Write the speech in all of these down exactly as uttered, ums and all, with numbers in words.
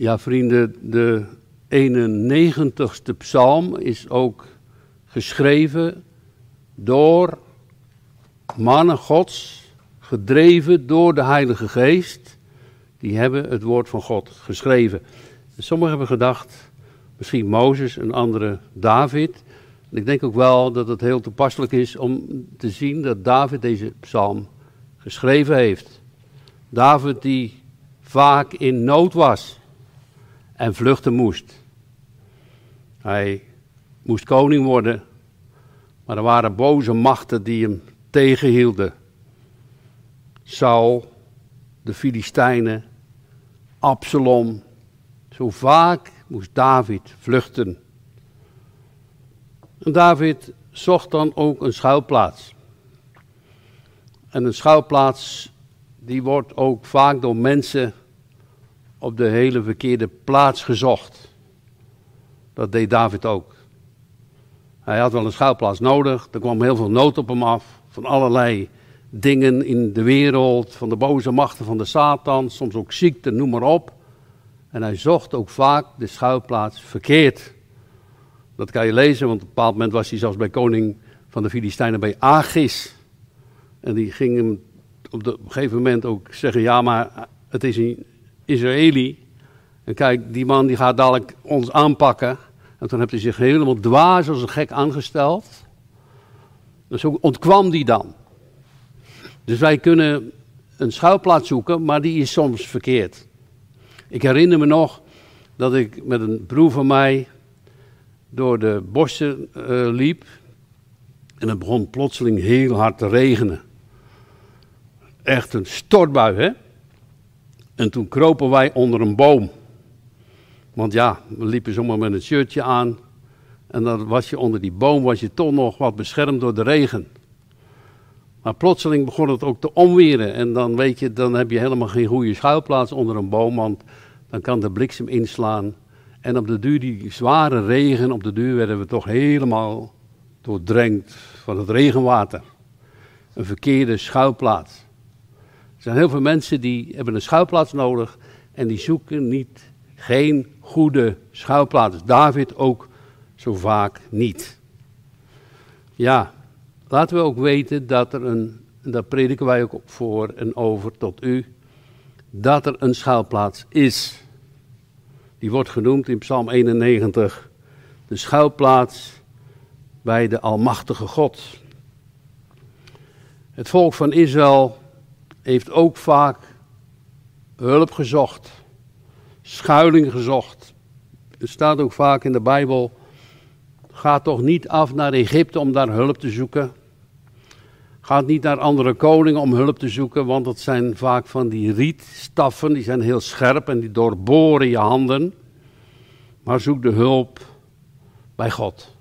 Ja, vrienden, de eenennegentigste psalm is ook geschreven door mannen Gods, gedreven door de Heilige Geest. Die hebben het woord van God geschreven. En sommigen hebben gedacht, misschien Mozes en anderen David. En ik denk ook wel dat het heel toepasselijk is om te zien dat David deze psalm geschreven heeft. David die vaak in nood was en vluchten moest. Hij moest koning worden, maar er waren boze machten die hem tegenhielden. Saul, de Filistijnen, Absalom. Zo vaak moest David vluchten. En David zocht dan ook een schuilplaats. En een schuilplaats die wordt ook vaak door mensen op de hele verkeerde plaats gezocht. Dat deed David ook. Hij had wel een schuilplaats nodig, er kwam heel veel nood op hem af, van allerlei dingen in de wereld, van de boze machten van de Satan, soms ook ziekte, noem maar op. En hij zocht ook vaak de schuilplaats verkeerd. Dat kan je lezen, want op een bepaald moment was hij zelfs bij koning van de Filistijnen bij Achis. En die ging hem op, de, op een gegeven moment ook zeggen, ja maar het is een Israëli. En kijk, die man die gaat dadelijk ons aanpakken. En toen heeft hij zich helemaal dwaas als een gek aangesteld. En zo ontkwam die dan. Dus wij kunnen een schuilplaats zoeken, maar die is soms verkeerd. Ik herinner me nog dat ik met een broer van mij door de bossen uh, liep. En het begon plotseling heel hard te regenen. Echt een stortbui, hè? En toen kropen wij onder een boom. Want ja, we liepen zomaar met een shirtje aan. En dan was je onder die boom, was je toch nog wat beschermd door de regen. Maar plotseling begon het ook te onweren. En dan weet je, dan heb je helemaal geen goede schuilplaats onder een boom. Want dan kan de bliksem inslaan. En op de duur, die zware regen, op de duur werden we toch helemaal doordrenkt van het regenwater. Een verkeerde schuilplaats. Er zijn heel veel mensen die hebben een schuilplaats nodig. En die zoeken niet, geen goede schuilplaats. David ook zo vaak niet. Ja, laten we ook weten dat er een, en daar prediken wij ook voor en over tot u, dat er een schuilplaats is. Die wordt genoemd in Psalm eenennegentig, de schuilplaats bij de Almachtige God. Het volk van Israël heeft ook vaak hulp gezocht, schuiling gezocht. Er staat ook vaak in de Bijbel, ga toch niet af naar Egypte om daar hulp te zoeken. Ga niet naar andere koningen om hulp te zoeken, want dat zijn vaak van die rietstaffen, die zijn heel scherp en die doorboren je handen. Maar zoek de hulp bij God.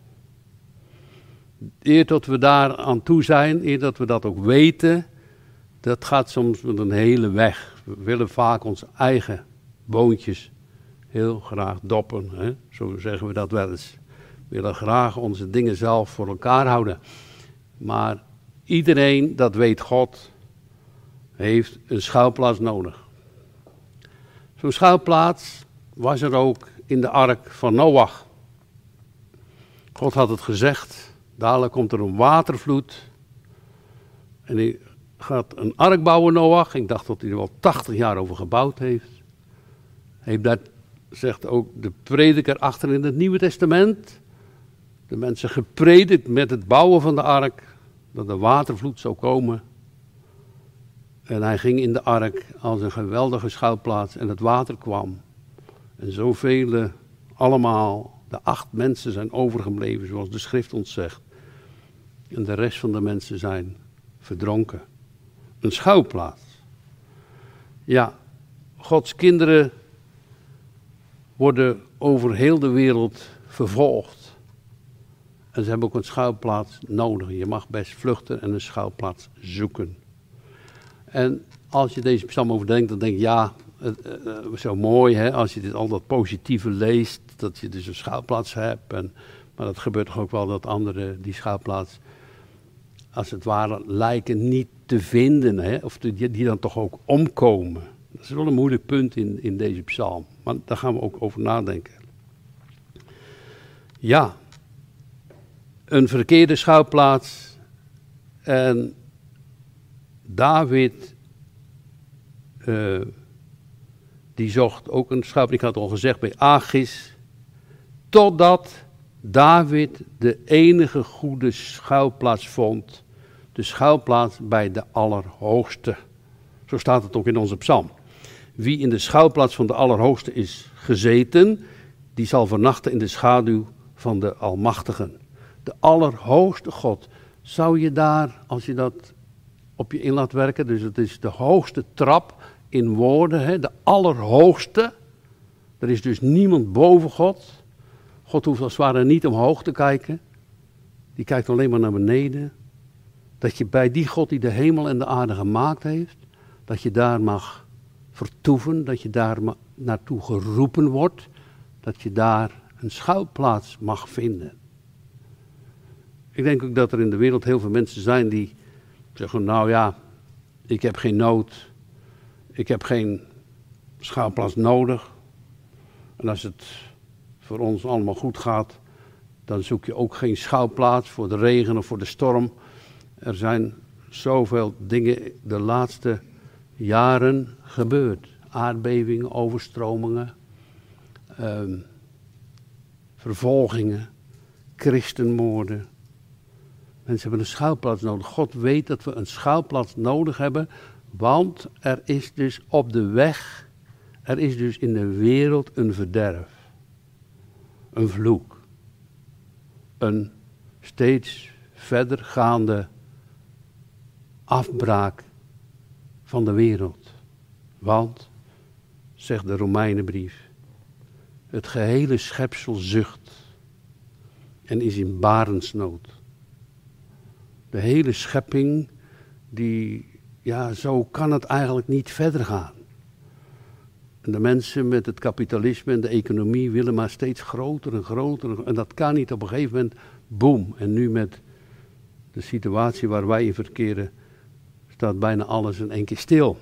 Eer dat we daar aan toe zijn, eer dat we dat ook weten, dat gaat soms met een hele weg. We willen vaak onze eigen boontjes heel graag doppen, hè? Zo zeggen we dat wel eens. We willen graag onze dingen zelf voor elkaar houden. Maar iedereen, dat weet God, heeft een schuilplaats nodig. Zo'n schuilplaats was er ook in de ark van Noach. God had het gezegd, dadelijk komt er een watervloed. En hij gaat een ark bouwen, Noach. Ik dacht dat hij er wel tachtig jaar over gebouwd heeft. Hij heeft dat, zegt ook de prediker achter in het Nieuwe Testament, de mensen gepredikt met het bouwen van de ark, dat de watervloed zou komen. En hij ging in de ark als een geweldige schuilplaats en het water kwam. En zoveel, allemaal, de acht mensen zijn overgebleven, zoals de schrift ons zegt. En de rest van de mensen zijn verdronken. Een schuilplaats. Ja, Gods kinderen worden over heel de wereld vervolgd. En ze hebben ook een schuilplaats nodig. Je mag best vluchten en een schuilplaats zoeken. En als je deze psalm overdenkt, dan denk je, ja, het, uh, zo mooi hè, als je dit al dat positieve leest, dat je dus een schuilplaats hebt. En, maar dat gebeurt toch ook wel dat anderen die schuilplaats, als het ware, lijken niet te vinden. Hè, of die, die dan toch ook omkomen. Dat is wel een moeilijk punt in, in deze psalm. Maar daar gaan we ook over nadenken. Ja, een verkeerde schuilplaats. En David, uh, die zocht ook een schuilplaats, ik had al gezegd bij Achis, totdat David de enige goede schuilplaats vond, de schuilplaats bij de Allerhoogste. Zo staat het ook in onze psalm. Wie in de schuilplaats van de Allerhoogste is gezeten, die zal vernachten in de schaduw van de Almachtigen. De Allerhoogste God. Zou je daar, als je dat op je in laat werken, dus het is de hoogste trap in woorden, hè, de Allerhoogste. Er is dus niemand boven God. God hoeft als het ware niet omhoog te kijken. Die kijkt alleen maar naar beneden. Dat je bij die God die de hemel en de aarde gemaakt heeft, dat je daar mag vertoeven, dat je daar naartoe geroepen wordt, dat je daar een schuilplaats mag vinden. Ik denk ook dat er in de wereld heel veel mensen zijn die zeggen, nou ja, ik heb geen nood, ik heb geen schuilplaats nodig. En als het voor ons allemaal goed gaat, dan zoek je ook geen schuilplaats voor de regen of voor de storm. Er zijn zoveel dingen de laatste jaren gebeurd. Aardbevingen, overstromingen, eh, vervolgingen, christenmoorden. Mensen hebben een schuilplaats nodig. God weet dat we een schuilplaats nodig hebben, want er is dus op de weg, er is dus in de wereld een verderf. Een vloek. Een steeds verder gaande afbraak van de wereld. Want, zegt de Romeinenbrief, het gehele schepsel zucht en is in barensnood. De hele schepping, die, ja, zo kan het eigenlijk niet verder gaan. En de mensen met het kapitalisme en de economie willen maar steeds groter en groter. En dat kan niet op een gegeven moment, boom. En nu met de situatie waar wij in verkeren, staat bijna alles in één keer stil.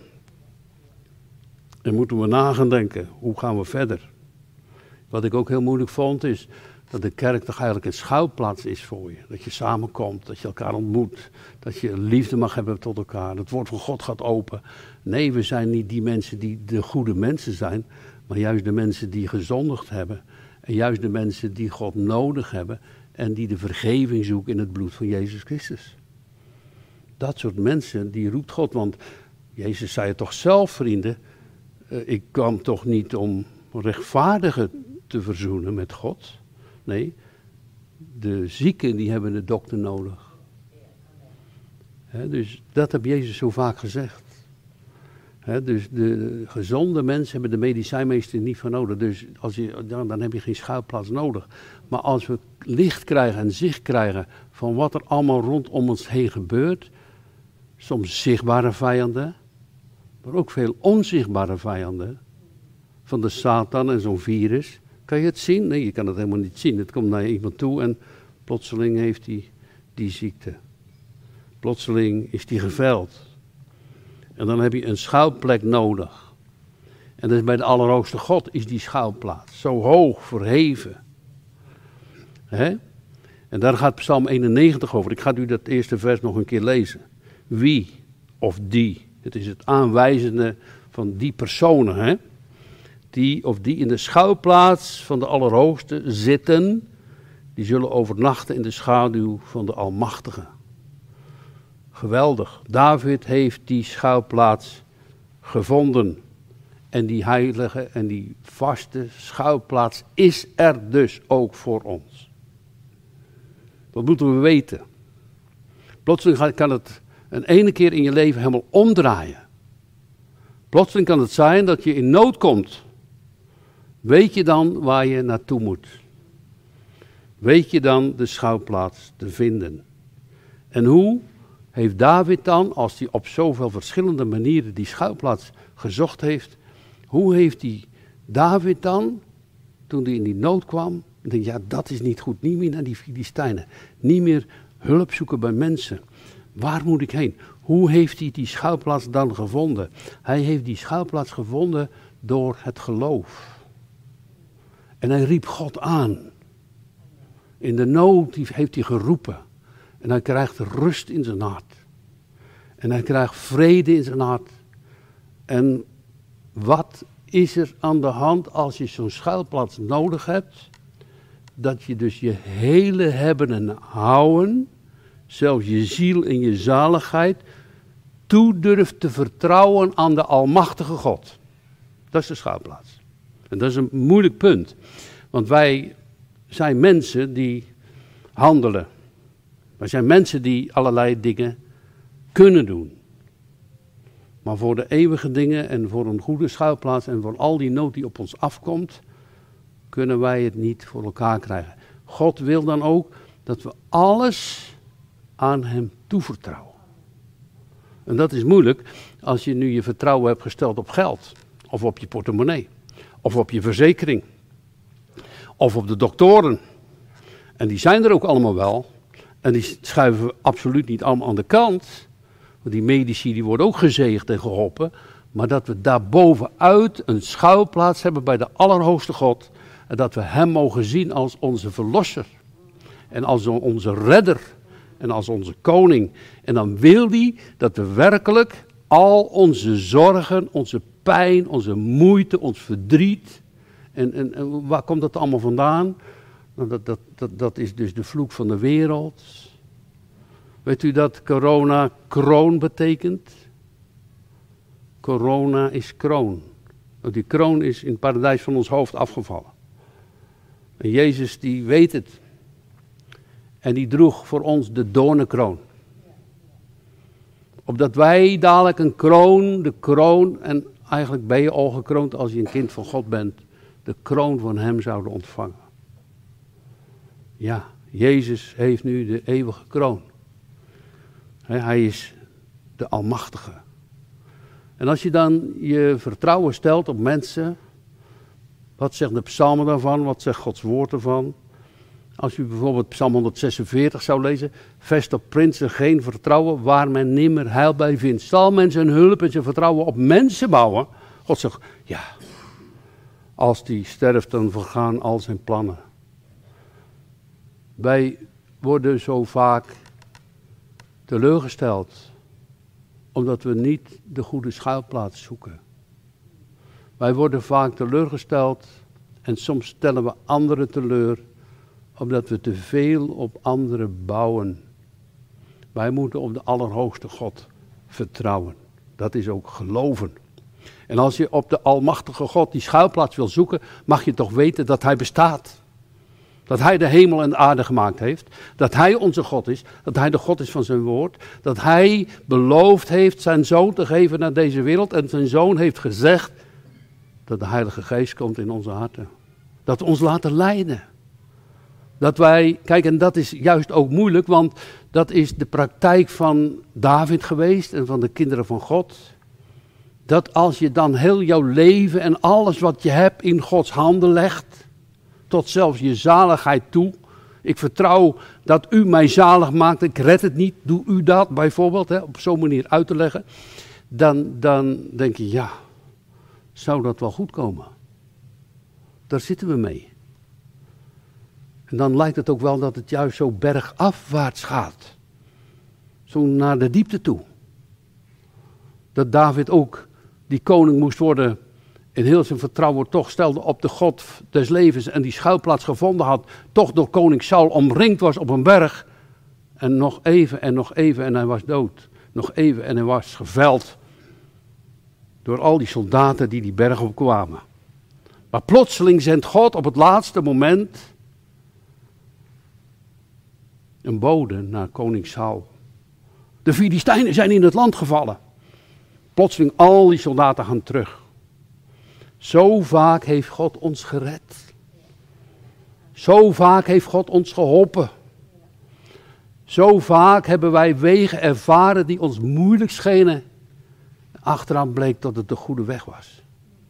En moeten we na gaan denken, hoe gaan we verder? Wat ik ook heel moeilijk vond is dat de kerk toch eigenlijk een schuilplaats is voor je. Dat je samenkomt, dat je elkaar ontmoet, dat je liefde mag hebben tot elkaar. Het woord van God gaat open. Nee, we zijn niet die mensen die de goede mensen zijn, maar juist de mensen die gezondigd hebben. En juist de mensen die God nodig hebben en die de vergeving zoeken in het bloed van Jezus Christus. Dat soort mensen, die roept God, want Jezus zei het toch zelf, vrienden. Uh, ik kwam toch niet om rechtvaardigen te verzoenen met God. Nee, de zieken die hebben de dokter nodig. He, dus dat heb Jezus zo vaak gezegd. He, dus de gezonde mensen hebben de medicijnmeester niet van nodig. Dus als je, dan, dan heb je geen schuilplaats nodig. Maar als we licht krijgen en zicht krijgen van wat er allemaal rondom ons heen gebeurt. Soms zichtbare vijanden, maar ook veel onzichtbare vijanden. Van de Satan en zo'n virus. Kan je het zien? Nee, je kan het helemaal niet zien. Het komt naar iemand toe en plotseling heeft hij die ziekte. Plotseling is die geveld. En dan heb je een schuilplek nodig. En dat is bij de Allerhoogste God is die schuilplaats. Zo hoog, verheven. Hè? En daar gaat Psalm eenennegentig over. Ik ga u dat eerste vers nog een keer lezen. Wie of die. Het is het aanwijzende van die personen, hè? Die of die in de schuilplaats van de Allerhoogste zitten, die zullen overnachten in de schaduw van de Almachtige. Geweldig. David heeft die schuilplaats gevonden. En die heilige en die vaste schuilplaats is er dus ook voor ons. Dat moeten we weten. Plotseling kan het een ene keer in je leven helemaal omdraaien. Plotseling kan het zijn dat je in nood komt. Weet je dan waar je naartoe moet? Weet je dan de schuilplaats te vinden? En hoe heeft David dan, als hij op zoveel verschillende manieren die schuilplaats gezocht heeft, hoe heeft die David dan, toen hij in die nood kwam, denk ja, dat is niet goed, niet meer naar die Filistijnen, niet meer hulp zoeken bij mensen. Waar moet ik heen? Hoe heeft hij die schuilplaats dan gevonden? Hij heeft die schuilplaats gevonden door het geloof. En hij riep God aan. In de nood heeft hij geroepen. En hij krijgt rust in zijn hart. En hij krijgt vrede in zijn hart. En wat is er aan de hand als je zo'n schuilplaats nodig hebt? Dat je dus je hele hebben en houden, zelfs je ziel en je zaligheid, toe durft te vertrouwen aan de almachtige God. Dat is de schuilplaats. En dat is een moeilijk punt. Want wij zijn mensen die handelen. Wij zijn mensen die allerlei dingen kunnen doen. Maar voor de eeuwige dingen en voor een goede schuilplaats en voor al die nood die op ons afkomt, kunnen wij het niet voor elkaar krijgen. God wil dan ook dat we alles aan hem toevertrouwen. En dat is moeilijk als je nu je vertrouwen hebt gesteld op geld. Of op je portemonnee. Of op je verzekering. Of op de doktoren. En die zijn er ook allemaal wel. En die schuiven we absoluut niet allemaal aan de kant. Want die medici die worden ook gezegend en geholpen. Maar dat we daarbovenuit een schuilplaats hebben bij de Allerhoogste God. En dat we hem mogen zien als onze verlosser. En als onze redder. En als onze koning. En dan wil hij dat we werkelijk al onze zorgen, onze pijn, onze moeite, ons verdriet. En, en, en waar komt dat allemaal vandaan? Nou, dat, dat, dat, dat is dus de vloek van de wereld. Weet u dat corona kroon betekent? Corona is kroon. Die kroon is in het paradijs van ons hoofd afgevallen. En Jezus die weet het. En die droeg voor ons de doornenkroon. Opdat wij dadelijk een kroon, de kroon, en eigenlijk ben je al gekroond als je een kind van God bent, de kroon van hem zouden ontvangen. Ja, Jezus heeft nu de eeuwige kroon. Hij is de Almachtige. En als je dan je vertrouwen stelt op mensen, wat zegt de psalmen daarvan, wat zegt Gods woord ervan? Als u bijvoorbeeld Psalm honderdzesenveertig zou lezen, vest op prinsen geen vertrouwen waar men nimmer heil bij vindt. Zal men zijn hulp en zijn vertrouwen op mensen bouwen? God zegt, ja, als die sterft dan vergaan al zijn plannen. Wij worden zo vaak teleurgesteld, omdat we niet de goede schuilplaats zoeken. Wij worden vaak teleurgesteld en soms stellen we anderen teleur, omdat we te veel op anderen bouwen. Wij moeten op de Allerhoogste God vertrouwen. Dat is ook geloven. En als je op de Almachtige God die schuilplaats wil zoeken, mag je toch weten dat Hij bestaat. Dat Hij de hemel en de aarde gemaakt heeft. Dat Hij onze God is. Dat Hij de God is van zijn woord. Dat Hij beloofd heeft zijn zoon te geven naar deze wereld. En zijn zoon heeft gezegd dat de Heilige Geest komt in onze harten. Dat we ons laten leiden. Dat wij, kijk, en dat is juist ook moeilijk, want dat is de praktijk van David geweest en van de kinderen van God. Dat als je dan heel jouw leven en alles wat je hebt in Gods handen legt, tot zelfs je zaligheid toe. Ik vertrouw dat u mij zalig maakt, ik red het niet, doe u dat bijvoorbeeld, hè, op zo'n manier uit te leggen. Dan, dan denk je, ja, zou dat wel goed komen? Daar zitten we mee. En dan lijkt het ook wel dat het juist zo bergafwaarts gaat. Zo naar de diepte toe. Dat David ook die koning moest worden en heel zijn vertrouwen toch stelde op de God des levens en die schuilplaats gevonden had, toch door koning Saul omringd was op een berg. En nog even en nog even en hij was dood. Nog even en hij was geveld door al die soldaten die die berg opkwamen. Maar plotseling zendt God op het laatste moment een bode naar koning Saul. De Filistijnen zijn in het land gevallen. Plotseling al die soldaten gaan terug. Zo vaak heeft God ons gered. Zo vaak heeft God ons geholpen. Zo vaak hebben wij wegen ervaren die ons moeilijk schenen. Achteraan bleek dat het de goede weg was.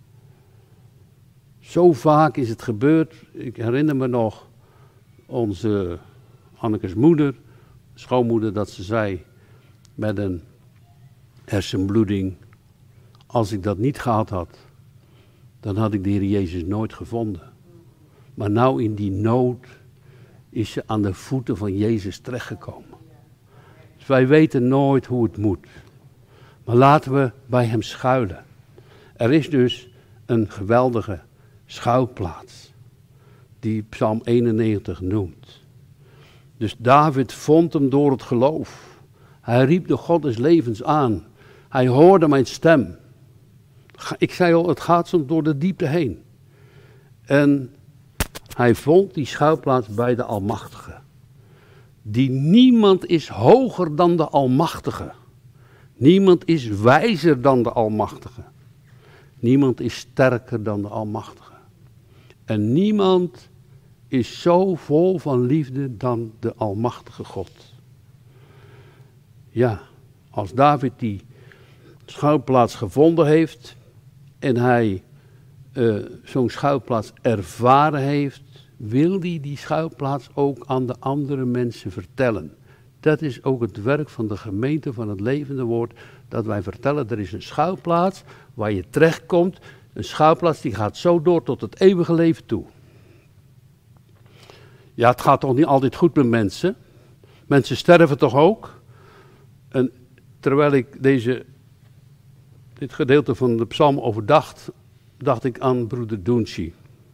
Zo vaak is het gebeurd. Ik herinner me nog onze Anneke's moeder, schoonmoeder, dat ze zei met een hersenbloeding, als ik dat niet gehad had, dan had ik de Heer Jezus nooit gevonden. Maar nou in die nood is ze aan de voeten van Jezus terechtgekomen. Dus wij weten nooit hoe het moet. Maar laten we bij hem schuilen. Er is dus een geweldige schuilplaats. Die Psalm eenennegentig noemt. Dus David vond hem door het geloof. Hij riep de God des levens aan. Hij hoorde mijn stem. Ik zei al, het gaat soms door de diepte heen. En hij vond die schuilplaats bij de Almachtige. Die niemand is hoger dan de Almachtige. Niemand is wijzer dan de Almachtige. Niemand is sterker dan de Almachtige. En niemand is zo vol van liefde dan de Almachtige God. Ja, als David die schuilplaats gevonden heeft en hij uh, zo'n schuilplaats ervaren heeft, wil hij die schuilplaats ook aan de andere mensen vertellen. Dat is ook het werk van de gemeente van het levende woord, dat wij vertellen, er is een schuilplaats waar je terechtkomt, een schuilplaats die gaat zo door tot het eeuwige leven toe. Ja, het gaat toch niet altijd goed met mensen. Mensen sterven toch ook. En terwijl ik deze, dit gedeelte van de psalm overdacht, dacht ik aan broeder Doentje.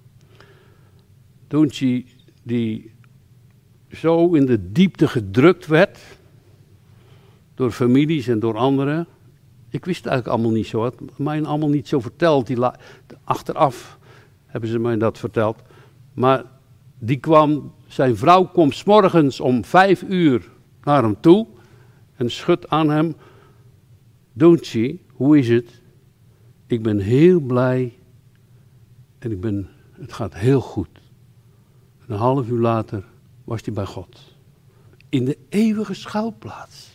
Doentje die zo in de diepte gedrukt werd door families en door anderen. Ik wist het eigenlijk allemaal niet zo. Het had mij allemaal niet zo verteld. Die la- achteraf hebben ze mij dat verteld. Maar die kwam, zijn vrouw komt 's morgens om vijf uur naar hem toe en schudt aan hem. Doentje, hoe is het? Ik ben heel blij en ik ben, het gaat heel goed. En een half uur later was hij bij God. In de eeuwige schuilplaats.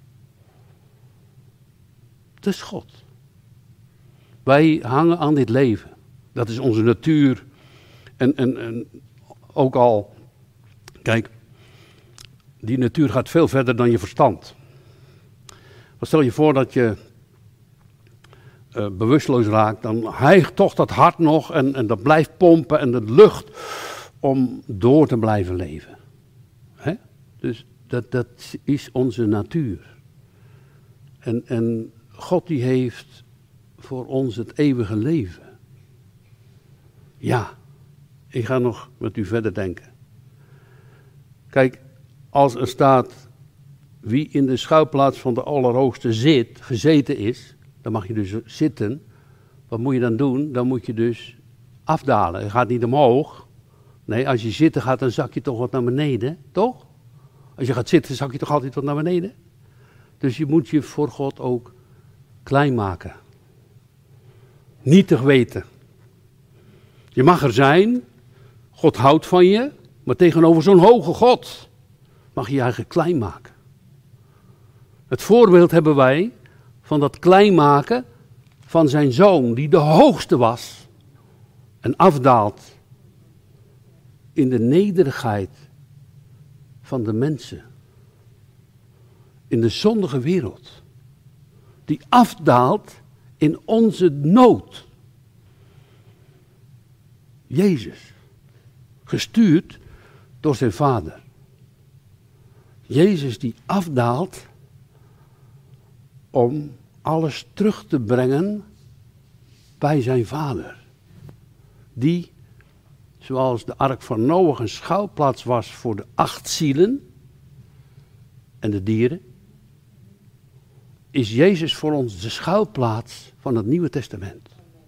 Dat is God. Wij hangen aan dit leven. Dat is onze natuur. En, en, en ook al, kijk, die natuur gaat veel verder dan je verstand. Maar stel je voor dat je uh, bewusteloos raakt, dan hijgt toch dat hart nog en, en dat blijft pompen en de lucht om door te blijven leven. Hè? Dus dat, dat is onze natuur. En, en God die heeft voor ons het eeuwige leven. Ja, ik ga nog met u verder denken. Kijk, als er staat wie in de schuilplaats van de Allerhoogste zit, gezeten is, dan mag je dus zitten. Wat moet je dan doen? Dan moet je dus afdalen. Je gaat niet omhoog. Nee, als je zitten gaat, dan zak je toch wat naar beneden, toch? Als je gaat zitten, zak je toch altijd wat naar beneden? Dus je moet je voor God ook klein maken. Nietig weten. Je mag er zijn, God houdt van je, maar tegenover zo'n hoge God mag je je eigen klein maken. Het voorbeeld hebben wij van dat klein maken van zijn zoon, die de hoogste was en afdaalt in de nederigheid van de mensen. In de zondige wereld. Die afdaalt in onze nood. Jezus. Gestuurd door zijn vader. Jezus die afdaalt om alles terug te brengen bij zijn vader. Die, zoals de ark van Noach een schuilplaats was voor de acht zielen en de dieren, is Jezus voor ons de schuilplaats van het Nieuwe Testament.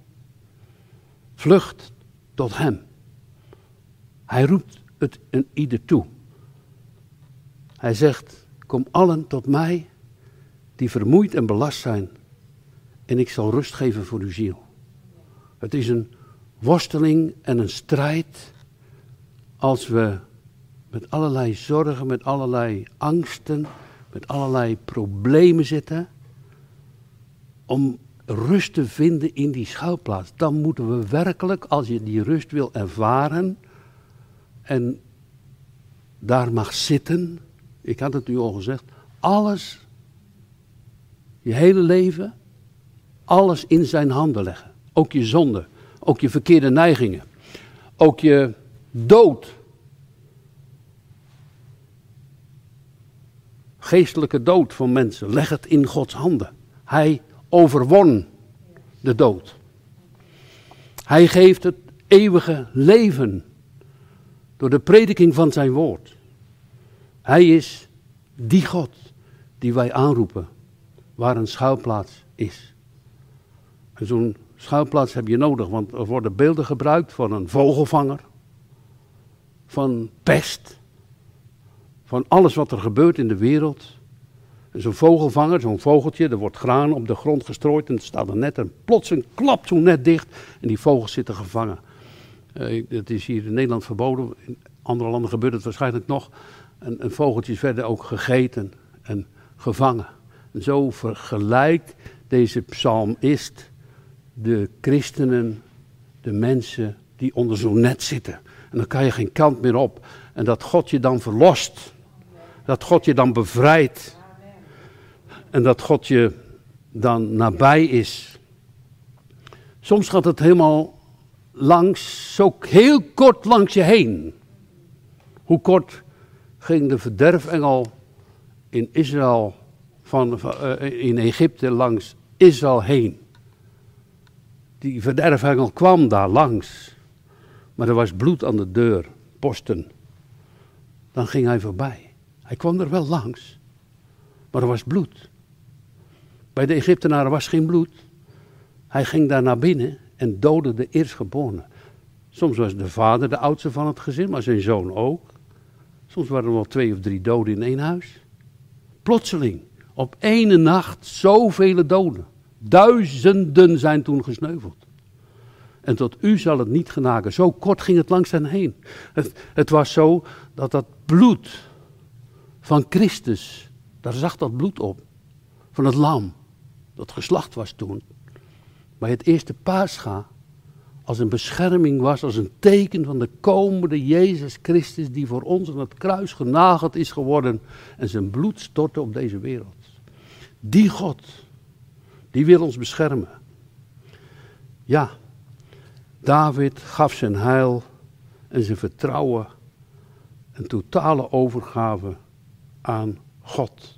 Vlucht tot hem. Hij roept het een ieder toe. Hij zegt, kom allen tot mij die vermoeid en belast zijn en ik zal rust geven voor uw ziel. Het is een worsteling en een strijd als we met allerlei zorgen, met allerlei angsten, met allerlei problemen zitten, om rust te vinden in die schuilplaats. Dan moeten we werkelijk, als je die rust wil ervaren en daar mag zitten, ik had het u al gezegd, alles, je hele leven, alles in zijn handen leggen. Ook je zonde, ook je verkeerde neigingen, ook je dood. Geestelijke dood van mensen. Leg het in Gods handen. Hij overwon de dood. Hij geeft het eeuwige leven door de prediking van zijn woord. Hij is die God die wij aanroepen waar een schuilplaats is. En zo'n schuilplaats heb je nodig, want er worden beelden gebruikt van een vogelvanger, van pest, van alles wat er gebeurt in de wereld. En zo'n vogelvanger, zo'n vogeltje, er wordt graan op de grond gestrooid en er staat een net en plotseling klapt zo'n net dicht en die vogels zitten gevangen. Uh, dat is hier in Nederland verboden, in andere landen gebeurt het waarschijnlijk nog. En, en vogeltjes werden ook gegeten en gevangen. En zo vergelijkt deze psalmist de christenen, de mensen die onder zo'n net zitten. En dan kan je geen kant meer op. En dat God je dan verlost. Dat God je dan bevrijdt. En dat God je dan nabij is. Soms gaat het helemaal langs, zo heel kort langs je heen. Hoe kort ging de verderfengel in Israël, van, uh, in Egypte langs Israël heen. Die verderfengel kwam daar langs. Maar er was bloed aan de deur, posten. Dan ging hij voorbij. Hij kwam er wel langs, maar er was bloed. Bij de Egyptenaren was geen bloed. Hij ging daar naar binnen en doodde de eerstgeborene. Soms was de vader de oudste van het gezin, maar zijn zoon ook. Soms waren er wel twee of drie doden in één huis. Plotseling, op ene nacht, zoveel doden. Duizenden zijn toen gesneuveld. En tot u zal het niet genaken. Zo kort ging het langs hen heen. Het, het was zo dat dat bloed van Christus, daar zag dat bloed op. Van het lam, dat geslacht was toen. Bij het eerste Pascha, als een bescherming was, als een teken van de komende Jezus Christus, die voor ons aan het kruis genageld is geworden en zijn bloed stortte op deze wereld. Die God, die wil ons beschermen. Ja, David gaf zijn heil en zijn vertrouwen, een totale overgave aan God.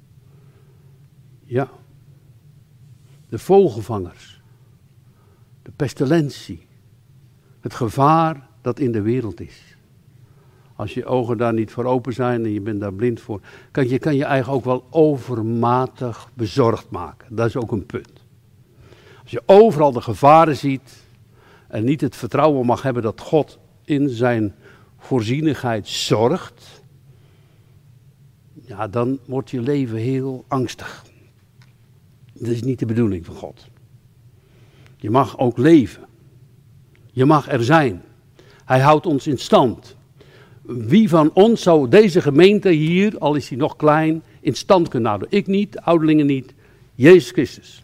Ja, de vogelvangers, de pestilentie, het gevaar dat in de wereld is. Als je ogen daar niet voor open zijn en je bent daar blind voor, kan je kan je eigen ook wel overmatig bezorgd maken. Dat is ook een punt. Als je overal de gevaren ziet en niet het vertrouwen mag hebben dat God in zijn voorzienigheid zorgt, ja, dan wordt je leven heel angstig. Dat is niet de bedoeling van God. Je mag ook leven. Je mag er zijn. Hij houdt ons in stand. Wie van ons zou deze gemeente hier, al is hij nog klein, in stand kunnen houden? Ik niet, de ouderlingen niet. Jezus Christus.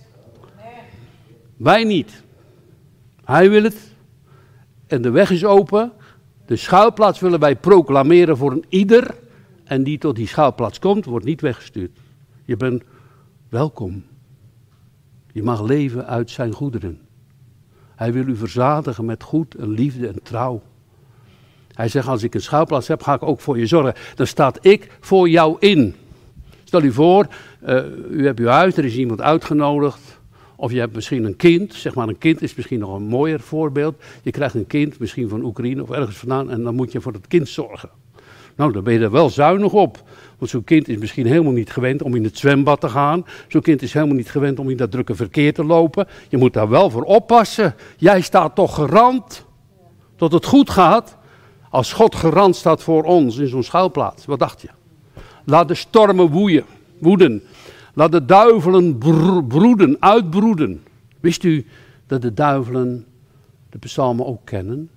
Wij niet. Hij wil het. En de weg is open. De schuilplaats willen wij proclameren voor een ieder. En die tot die schuilplaats komt, wordt niet weggestuurd. Je bent welkom. Je mag leven uit zijn goederen. Hij wil u verzadigen met goed en liefde en trouw. Hij zegt, als ik een schuilplaats heb, ga ik ook voor je zorgen. Dan staat ik voor jou in. Stel u voor, uh, u hebt uw huis, er is iemand uitgenodigd. Of je hebt misschien een kind, zeg maar een kind is misschien nog een mooier voorbeeld. Je krijgt een kind, misschien van Oekraïne of ergens vandaan, en dan moet je voor het kind zorgen. Nou, dan ben je er wel zuinig op. Want zo'n kind is misschien helemaal niet gewend om in het zwembad te gaan. Zo'n kind is helemaal niet gewend om in dat drukke verkeer te lopen. Je moet daar wel voor oppassen. Jij staat toch garant dat het goed gaat. Als God garant staat voor ons in zo'n schuilplaats. Wat dacht je? Laat de stormen woeien, woeden. Laat de duivelen broeden, uitbroeden. Wist u dat de duivelen de psalmen ook kennen?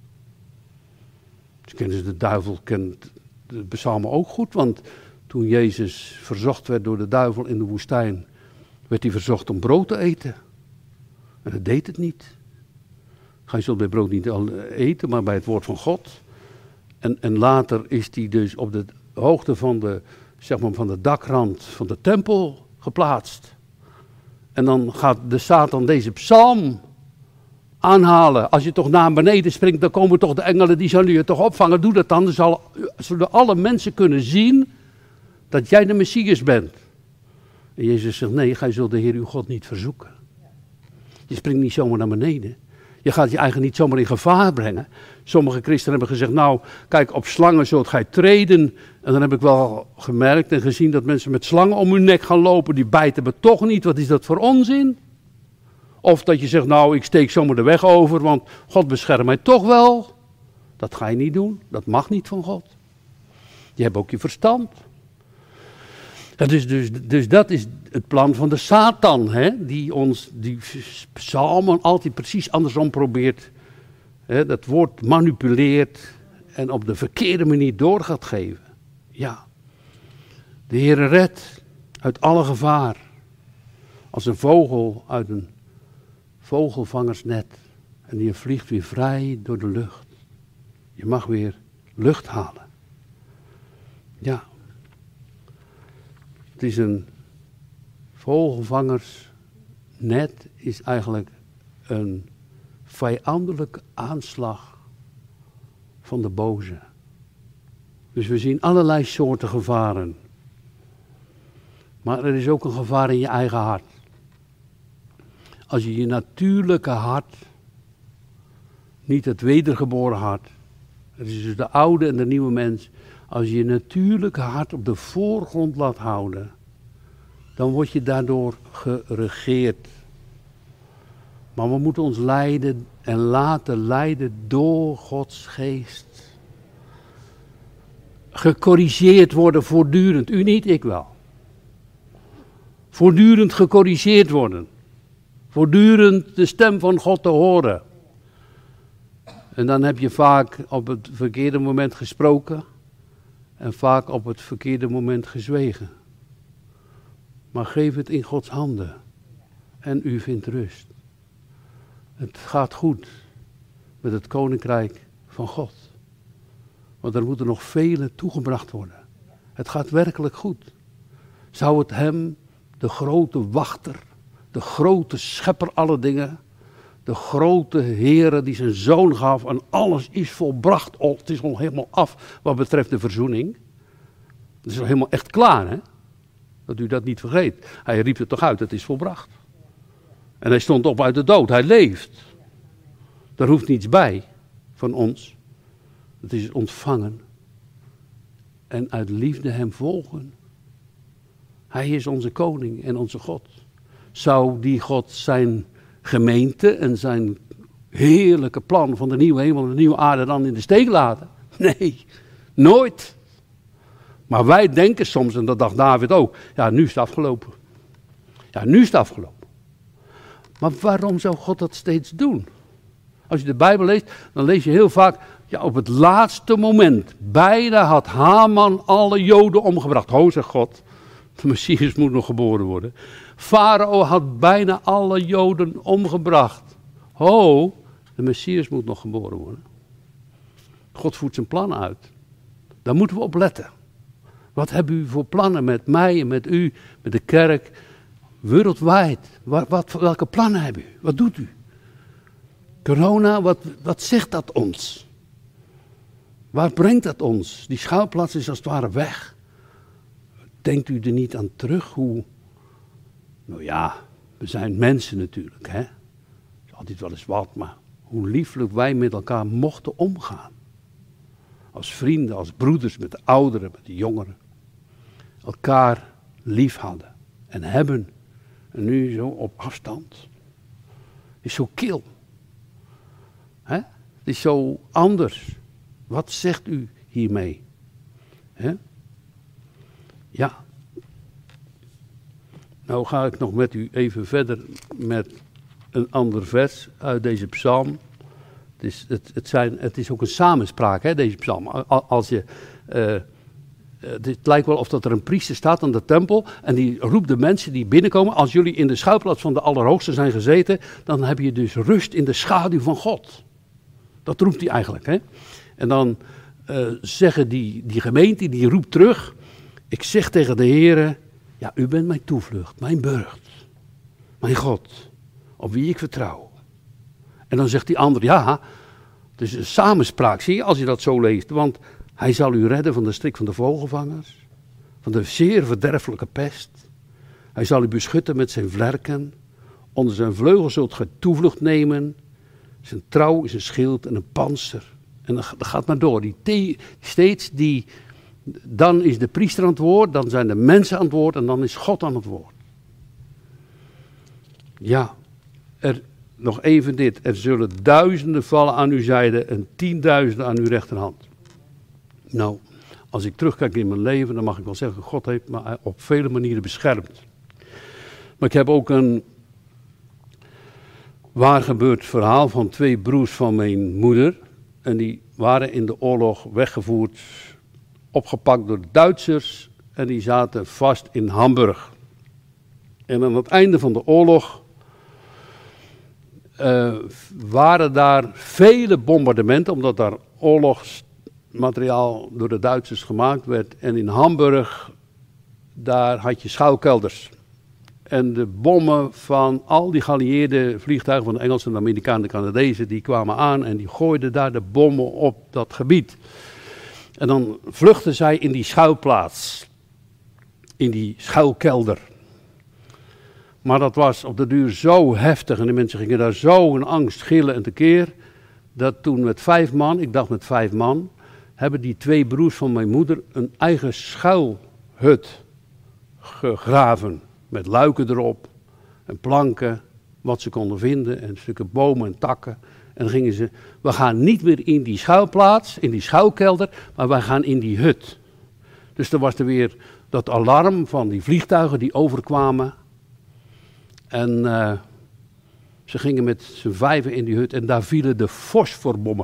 Ze kennen de duivel, kent de psalmen ook goed, want toen Jezus verzocht werd door de duivel in de woestijn, werd hij verzocht om brood te eten. En dat deed het niet. Gij zult bij brood niet eten, maar bij het woord van God. En, en later is hij dus op de hoogte van de, zeg maar, van de dakrand van de tempel geplaatst. En dan gaat de Satan deze psalm aanhalen. Als je toch naar beneden springt, dan komen toch de engelen, die zullen je toch opvangen. Doe dat dan, dan zal, zullen alle mensen kunnen zien dat jij de Messias bent. En Jezus zegt, nee, gij zult de Heer uw God niet verzoeken. Je springt niet zomaar naar beneden. Je gaat je eigen niet zomaar in gevaar brengen. Sommige christenen hebben gezegd, nou, kijk, op slangen zult gij treden. En dan heb ik wel gemerkt en gezien dat mensen met slangen om hun nek gaan lopen. Die bijten me toch niet. Wat is dat voor onzin? Of dat je zegt, nou, ik steek zomaar de weg over, want God beschermt mij toch wel. Dat ga je niet doen. Dat mag niet van God. Je hebt ook je verstand. Ja, dus, dus, dus dat is het plan van de Satan, hè? Die ons, die psalmen altijd precies andersom probeert, hè? Dat woord manipuleert en op de verkeerde manier door gaat geven. Ja, de Heere redt uit alle gevaar, als een vogel uit een vogelvangersnet en die vliegt weer vrij door de lucht. Je mag weer lucht halen. Ja. Het is een vogelvangersnet is eigenlijk een vijandelijke aanslag van de boze. Dus we zien allerlei soorten gevaren. Maar er is ook een gevaar in je eigen hart. Als je je natuurlijke hart, niet het wedergeboren hart, het is dus de oude en de nieuwe mens, als je je natuurlijke hart op de voorgrond laat houden, dan word je daardoor geregeerd. Maar we moeten ons leiden en laten leiden door Gods geest. Gecorrigeerd worden voortdurend. U niet, ik wel. Voortdurend gecorrigeerd worden. Voortdurend de stem van God te horen. En dan heb je vaak op het verkeerde moment gesproken. En vaak op het verkeerde moment gezwegen. Maar geef het in Gods handen. En u vindt rust. Het gaat goed met het koninkrijk van God. Want er moeten nog vele toegebracht worden. Het gaat werkelijk goed. Zou het hem, de grote wachter, de grote schepper alle dingen, de grote Heere die zijn zoon gaf en alles is volbracht. Oh, het is al helemaal af wat betreft de verzoening. Het is al helemaal echt klaar, hè? Dat u dat niet vergeet. Hij riep het toch uit, het is volbracht. En hij stond op uit de dood, hij leeft. Daar hoeft niets bij van ons. Het is ontvangen. En uit liefde hem volgen. Hij is onze koning en onze God. Zou die God zijn gemeente en zijn heerlijke plan van de nieuwe hemel en de nieuwe aarde dan in de steek laten? Nee, nooit. Maar wij denken soms, en dat dacht David ook, ja, nu is het afgelopen. Ja, nu is het afgelopen. Maar waarom zou God dat steeds doen? Als je de Bijbel leest, dan lees je heel vaak, ja, op het laatste moment, bijna had Haman alle Joden omgebracht. Ho, zegt God, de Messias moet nog geboren worden. Farao had bijna alle Joden omgebracht. Ho, de Messias moet nog geboren worden. God voert zijn plan uit. Daar moeten we op letten. Wat hebben u voor plannen met mij en met u, met de kerk, wereldwijd? Wat, wat, welke plannen hebben u? Wat doet u? Corona, wat, wat zegt dat ons? Waar brengt dat ons? Die schuilplaats is als het ware weg. Denkt u er niet aan terug hoe... Nou ja, we zijn mensen natuurlijk, hè. Is altijd wel eens wat, maar hoe lieflijk wij met elkaar mochten omgaan. Als vrienden, als broeders, met de ouderen, met de jongeren. Elkaar lief hadden en hebben. En nu zo op afstand. Is zo kil. Hè? Het is zo anders. Wat zegt u hiermee? Hè? Ja. Nou ga ik nog met u even verder met een ander vers uit deze psalm. Het is, het, het zijn, het is ook een samenspraak, hè, deze psalm. Als je, uh, het lijkt wel of dat er een priester staat aan de tempel en die roept de mensen die binnenkomen. Als jullie in de schuilplaats van de Allerhoogste zijn gezeten, dan heb je dus rust in de schaduw van God. Dat roept hij eigenlijk, hè. En dan uh, zeggen die, die gemeente, die roept terug. Ik zeg tegen de Heere, ja, u bent mijn toevlucht, mijn burcht, mijn God, op wie ik vertrouw. En dan zegt die ander, ja, het is een samenspraak, zie je, als je dat zo leest. Want hij zal u redden van de strik van de vogelvangers, van de zeer verderfelijke pest. Hij zal u beschutten met zijn vlerken. Onder zijn vleugels zult gij toevlucht nemen. Zijn trouw is een schild en een pantser. En dat gaat maar door. Die te, steeds die, dan is de priester aan het woord, dan zijn de mensen aan het woord en dan is God aan het woord. Ja, er, nog even dit. Er zullen duizenden vallen aan uw zijde en tienduizenden aan uw rechterhand. Nou, als ik terugkijk in mijn leven, dan mag ik wel zeggen, God heeft me op vele manieren beschermd. Maar ik heb ook een waar gebeurd verhaal van twee broers van mijn moeder. En die waren in de oorlog weggevoerd, opgepakt door de Duitsers. En die zaten vast in Hamburg. En aan het einde van de oorlog uh, waren daar vele bombardementen, omdat daar oorlogsmateriaal door de Duitsers gemaakt werd. En in Hamburg, daar had je schuilkelders. En de bommen van al die geallieerde vliegtuigen van de Engelsen, de Amerikanen, de Canadezen, die kwamen aan en die gooiden daar de bommen op dat gebied. En dan vluchtten zij in die schuilplaats, in die schuilkelder. Maar dat was op de duur zo heftig en de mensen gingen daar zo in angst gillen en tekeer, dat toen met vijf man, ik dacht met vijf man, hebben die twee broers van mijn moeder een eigen schuilhut gegraven. Met luiken erop en planken, wat ze konden vinden en stukken bomen en takken. En dan gingen ze, we gaan niet meer in die schuilplaats, in die schuilkelder, maar wij gaan in die hut. Dus er was er weer dat alarm van die vliegtuigen die overkwamen. En uh, ze gingen met z'n vijven in die hut en daar vielen de fosforbommen.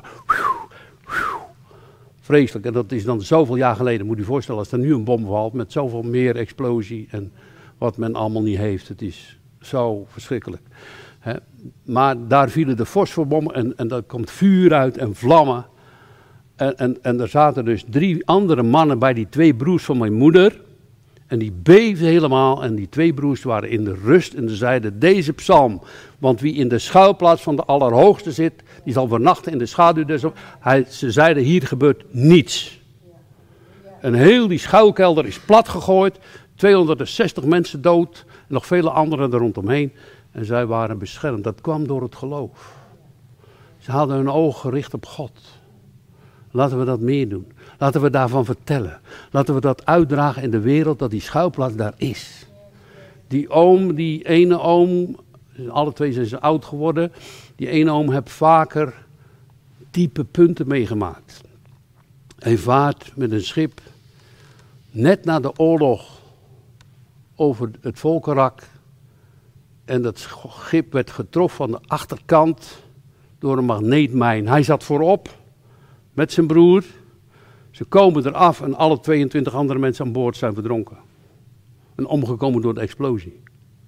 Vreselijk. En dat is dan zoveel jaar geleden, moet je je voorstellen, als er nu een bom valt met zoveel meer explosie en wat men allemaal niet heeft. Het is zo verschrikkelijk. He. Maar daar vielen de fosforbommen en, en daar komt vuur uit en vlammen. En, en, en er zaten dus drie andere mannen bij die twee broers van mijn moeder. En die beefden helemaal en die twee broers waren in de rust en ze zeiden deze psalm. Want wie in de schuilplaats van de Allerhoogste zit, die zal vernachten in de schaduw des. Hij, ze zeiden hier gebeurt niets. En heel die schuilkelder is platgegooid. tweehonderdzestig mensen dood en nog vele anderen er rondomheen. En zij waren beschermd. Dat kwam door het geloof. Ze hadden hun ogen gericht op God. Laten we dat meer doen. Laten we daarvan vertellen. Laten we dat uitdragen in de wereld dat die schuilplaats daar is. Die oom, die ene oom, alle twee zijn ze oud geworden. Die ene oom heeft vaker diepe punten meegemaakt. Hij vaart met een schip net na de oorlog over het Volkerak. En dat schip werd getroffen aan de achterkant door een magneetmijn. Hij zat voorop met zijn broer. Ze komen eraf en alle tweeëntwintig andere mensen aan boord zijn verdronken. En omgekomen door de explosie.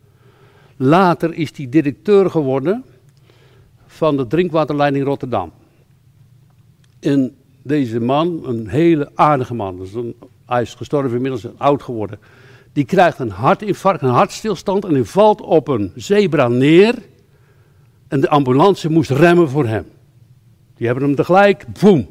Later is hij directeur geworden van de drinkwaterleiding Rotterdam. En deze man, een hele aardige man, dus een, hij is gestorven inmiddels, oud geworden. Die krijgt een hartinfarct, een hartstilstand en hij valt op een zebra neer. En de ambulance moest remmen voor hem. Die hebben hem tegelijk, boem.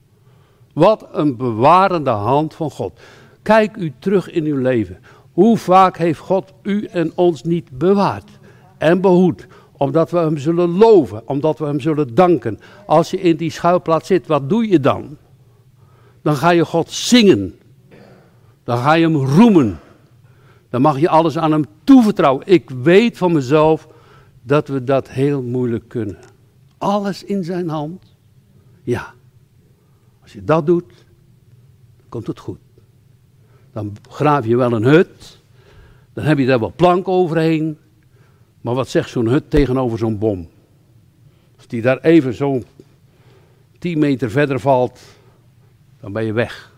Wat een bewarende hand van God. Kijk u terug in uw leven. Hoe vaak heeft God u en ons niet bewaard en behoed. Omdat we hem zullen loven, omdat we hem zullen danken. Als je in die schuilplaats zit, wat doe je dan? Dan ga je God zingen. Dan ga je hem roemen. Dan mag je alles aan hem toevertrouwen. Ik weet van mezelf dat we dat heel moeilijk kunnen. Alles in zijn hand. Ja. Als je dat doet, dan komt het goed. Dan graaf je wel een hut. Dan heb je daar wel plank overheen. Maar wat zegt zo'n hut tegenover zo'n bom? Als die daar even zo tien meter verder valt, dan ben je weg.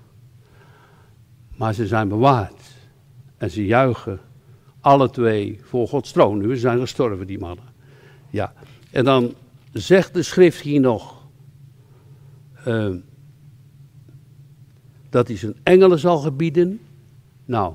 Maar ze zijn bewaard. En ze juichen alle twee voor Gods troon. Nu zijn gestorven, die mannen. Ja. En dan zegt de schrift hier nog Uh, dat hij zijn engelen zal gebieden. Nou,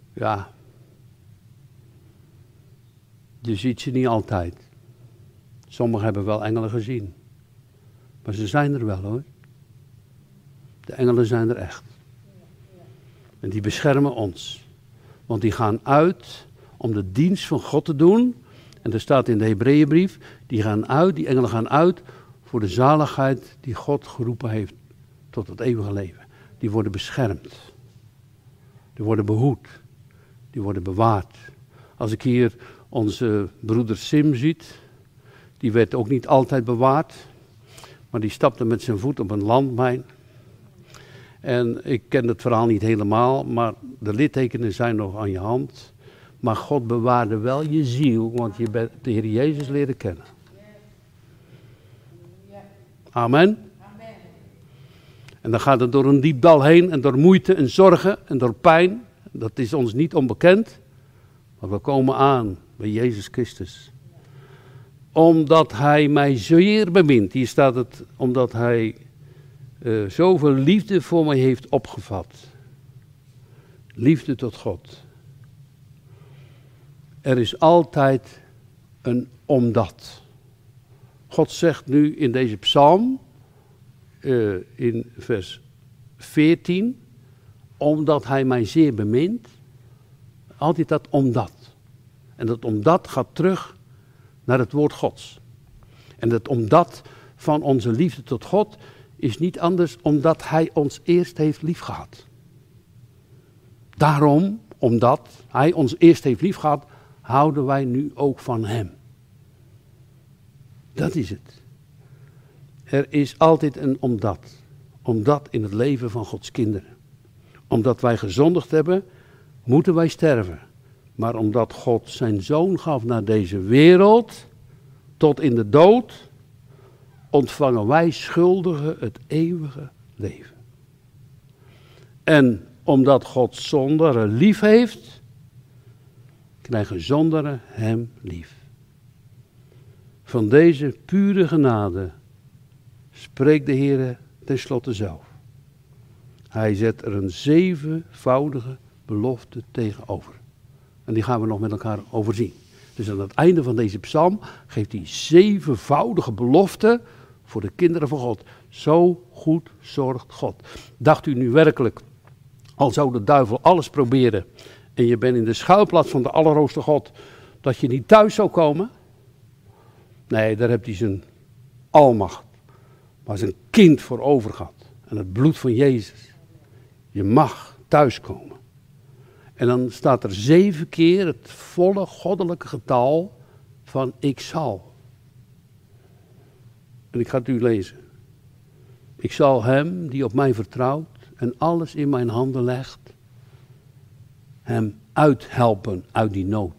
ja. Je ziet ze niet altijd. Sommigen hebben wel engelen gezien. Maar ze zijn er wel hoor. De engelen zijn er echt. En die beschermen ons. Want die gaan uit om de dienst van God te doen. En er staat in de Hebreeënbrief, die gaan uit, die engelen gaan uit voor de zaligheid die God geroepen heeft tot het eeuwige leven. Die worden beschermd. Die worden behoed. Die worden bewaard. Als ik hier onze broeder Sim ziet, die werd ook niet altijd bewaard. Maar die stapte met zijn voet op een landmijn. En ik ken het verhaal niet helemaal, maar de littekenen zijn nog aan je hand. Maar God bewaarde wel je ziel, want je bent de Heer Jezus leren kennen. Amen. En dan gaat het door een diep dal heen en door moeite en zorgen en door pijn. Dat is ons niet onbekend. Maar we komen aan bij Jezus Christus. Omdat hij mij zeer bemint. Hier staat het, omdat hij uh, zoveel liefde voor mij heeft opgevat. Liefde tot God. Er is altijd een omdat. God zegt nu in deze psalm, uh, in vers veertien, omdat hij mij zeer bemint. Altijd dat omdat. En dat omdat gaat terug naar het woord Gods. En dat omdat van onze liefde tot God is niet anders omdat hij ons eerst heeft liefgehad. Daarom, omdat hij ons eerst heeft liefgehad, houden wij nu ook van hem. Dat is het. Er is altijd een omdat. Omdat in het leven van Gods kinderen. Omdat wij gezondigd hebben, moeten wij sterven. Maar omdat God zijn zoon gaf naar deze wereld, tot in de dood, ontvangen wij schuldigen het eeuwige leven. En omdat God zondaren lief heeft, krijgen zondaren hem lief. Van deze pure genade spreekt de Heer tenslotte zelf. Hij zet er een zevenvoudige belofte tegenover. En die gaan we nog met elkaar overzien. Dus aan het einde van deze psalm geeft hij zevenvoudige belofte voor de kinderen van God. Zo goed zorgt God. Dacht u nu werkelijk, al zou de duivel alles proberen en je bent in de schuilplaats van de Allerhoogste God, dat je niet thuis zou komen? Nee, daar heeft hij zijn almacht, maar zijn kind voor over gehad. En het bloed van Jezus. Je mag thuiskomen. En dan staat er zeven keer het volle goddelijke getal van ik zal. En ik ga het u lezen. Ik zal hem die op mij vertrouwt en alles in mijn handen legt, hem uithelpen uit die nood.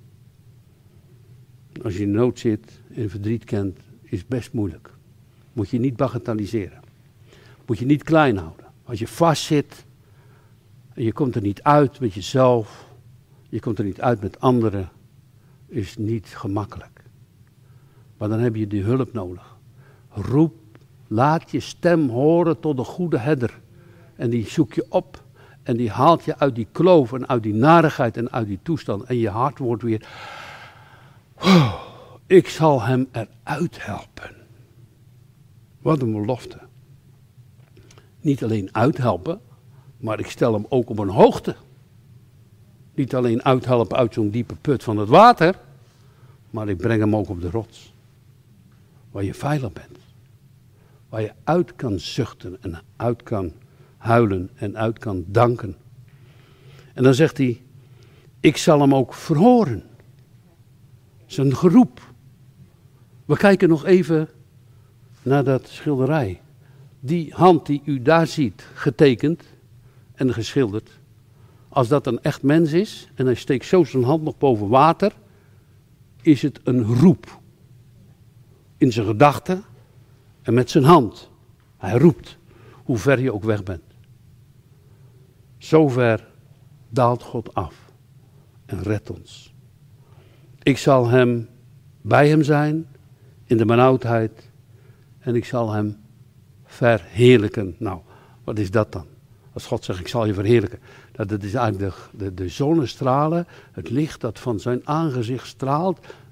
Als je in nood zit en verdriet kent, is het best moeilijk. Moet je niet bagatelliseren. Moet je niet klein houden. Als je vastzit en je komt er niet uit met jezelf, je komt er niet uit met anderen, is niet gemakkelijk. Maar dan heb je die hulp nodig. Roep, laat je stem horen tot de goede herder. En die zoek je op en die haalt je uit die kloof en uit die narigheid en uit die toestand. En je hart wordt weer, oh, ik zal hem eruit helpen. Wat een belofte. Niet alleen uithelpen, maar ik stel hem ook op een hoogte. Niet alleen uithelpen uit zo'n diepe put van het water, maar ik breng hem ook op de rots. Waar je veilig bent. Waar je uit kan zuchten en uit kan huilen en uit kan danken. En dan zegt hij, ik zal hem ook verhoren. Zijn geroep. We kijken nog even naar dat schilderij. Die hand die u daar ziet, getekend en geschilderd. Als dat een echt mens is en hij steekt zo zijn hand nog boven water, is het een roep. In zijn gedachten en met zijn hand. Hij roept, hoe ver je ook weg bent. Zover daalt God af en redt ons. Ik zal hem bij hem zijn in de benauwdheid en ik zal hem verheerlijken. Nou, wat is dat dan? Als God zegt, ik zal je verheerlijken. Dat, dat is eigenlijk de, de, de zonnestralen, het licht dat van zijn aangezicht straalt,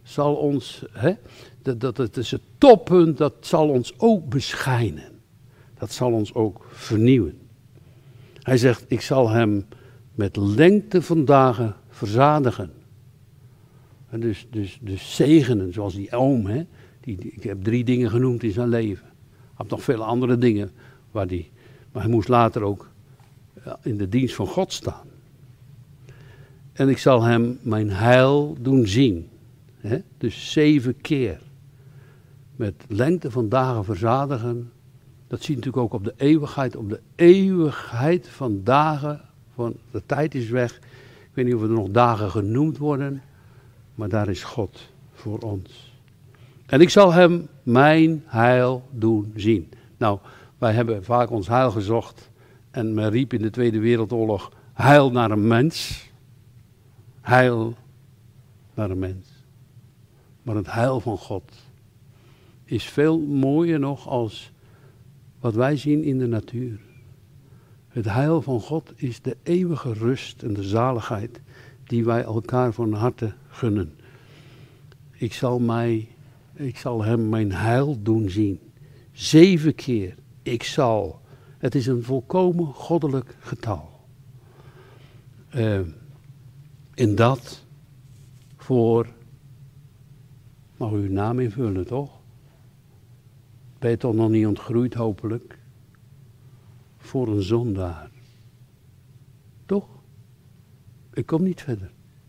zal ons, hè, dat, dat, dat is het toppunt, dat zal ons ook beschijnen. Dat zal ons ook vernieuwen. Hij zegt, ik zal hem met lengte van dagen verzadigen. En dus, dus, dus zegenen, zoals die oom, hè. Die, die, ik heb drie dingen genoemd in zijn leven. Hij had nog vele andere dingen, waar die, maar hij moest later ook in de dienst van God staan. En ik zal hem mijn heil doen zien. Hè? Dus zeven keer. Met lengte van dagen verzadigen. Dat zie je natuurlijk ook op de eeuwigheid. Op de eeuwigheid van dagen. Van, de tijd is weg. Ik weet niet of er nog dagen genoemd worden. Maar daar is God voor ons. En ik zal hem mijn heil doen zien. Nou, wij hebben vaak ons heil gezocht. En men riep in de Tweede Wereldoorlog heil naar een mens. Heil naar een mens. Maar het heil van God is veel mooier nog als wat wij zien in de natuur. Het heil van God is de eeuwige rust en de zaligheid die wij elkaar van harte gunnen. Ik zal, mij, ik zal hem mijn heil doen zien. Zeven keer. Ik zal. Het is een volkomen goddelijk getal. Uh, en dat voor, mag u uw naam invullen toch? Ben je toch nog niet ontgroeid hopelijk? Voor een zondaar. Toch? Ik kom niet verder.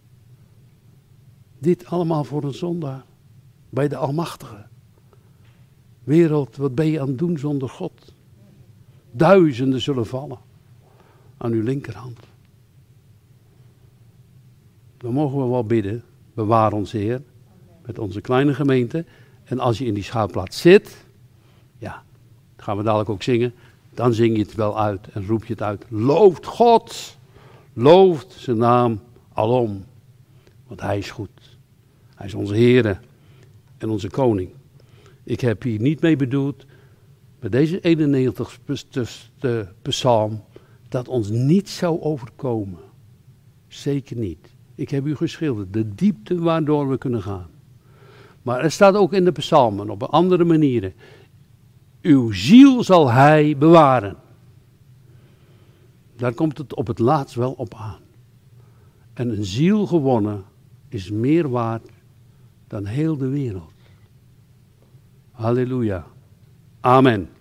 Dit allemaal voor een zondaar. Bij de Almachtige. Wereld, wat ben je aan het doen zonder God? Duizenden zullen vallen aan uw linkerhand. Dan mogen we wel bidden. Bewaar ons Heer. Met onze kleine gemeente. En als je in die schuilplaats zit. Ja, gaan we dadelijk ook zingen. Dan zing je het wel uit en roep je het uit. Looft God. Looft zijn naam alom. Want hij is goed. Hij is onze Heer en onze koning. Ik heb hier niet mee bedoeld. Bij deze eenennegentigste psalm. Dat ons niet zou overkomen. Zeker niet. Ik heb u geschilderd. De diepte waardoor we kunnen gaan. Maar er staat ook in de psalmen op andere manieren. Uw ziel zal hij bewaren. Daar komt het op het laatst wel op aan. En een ziel gewonnen is meer waard dan heel de wereld. Halleluja. Amen.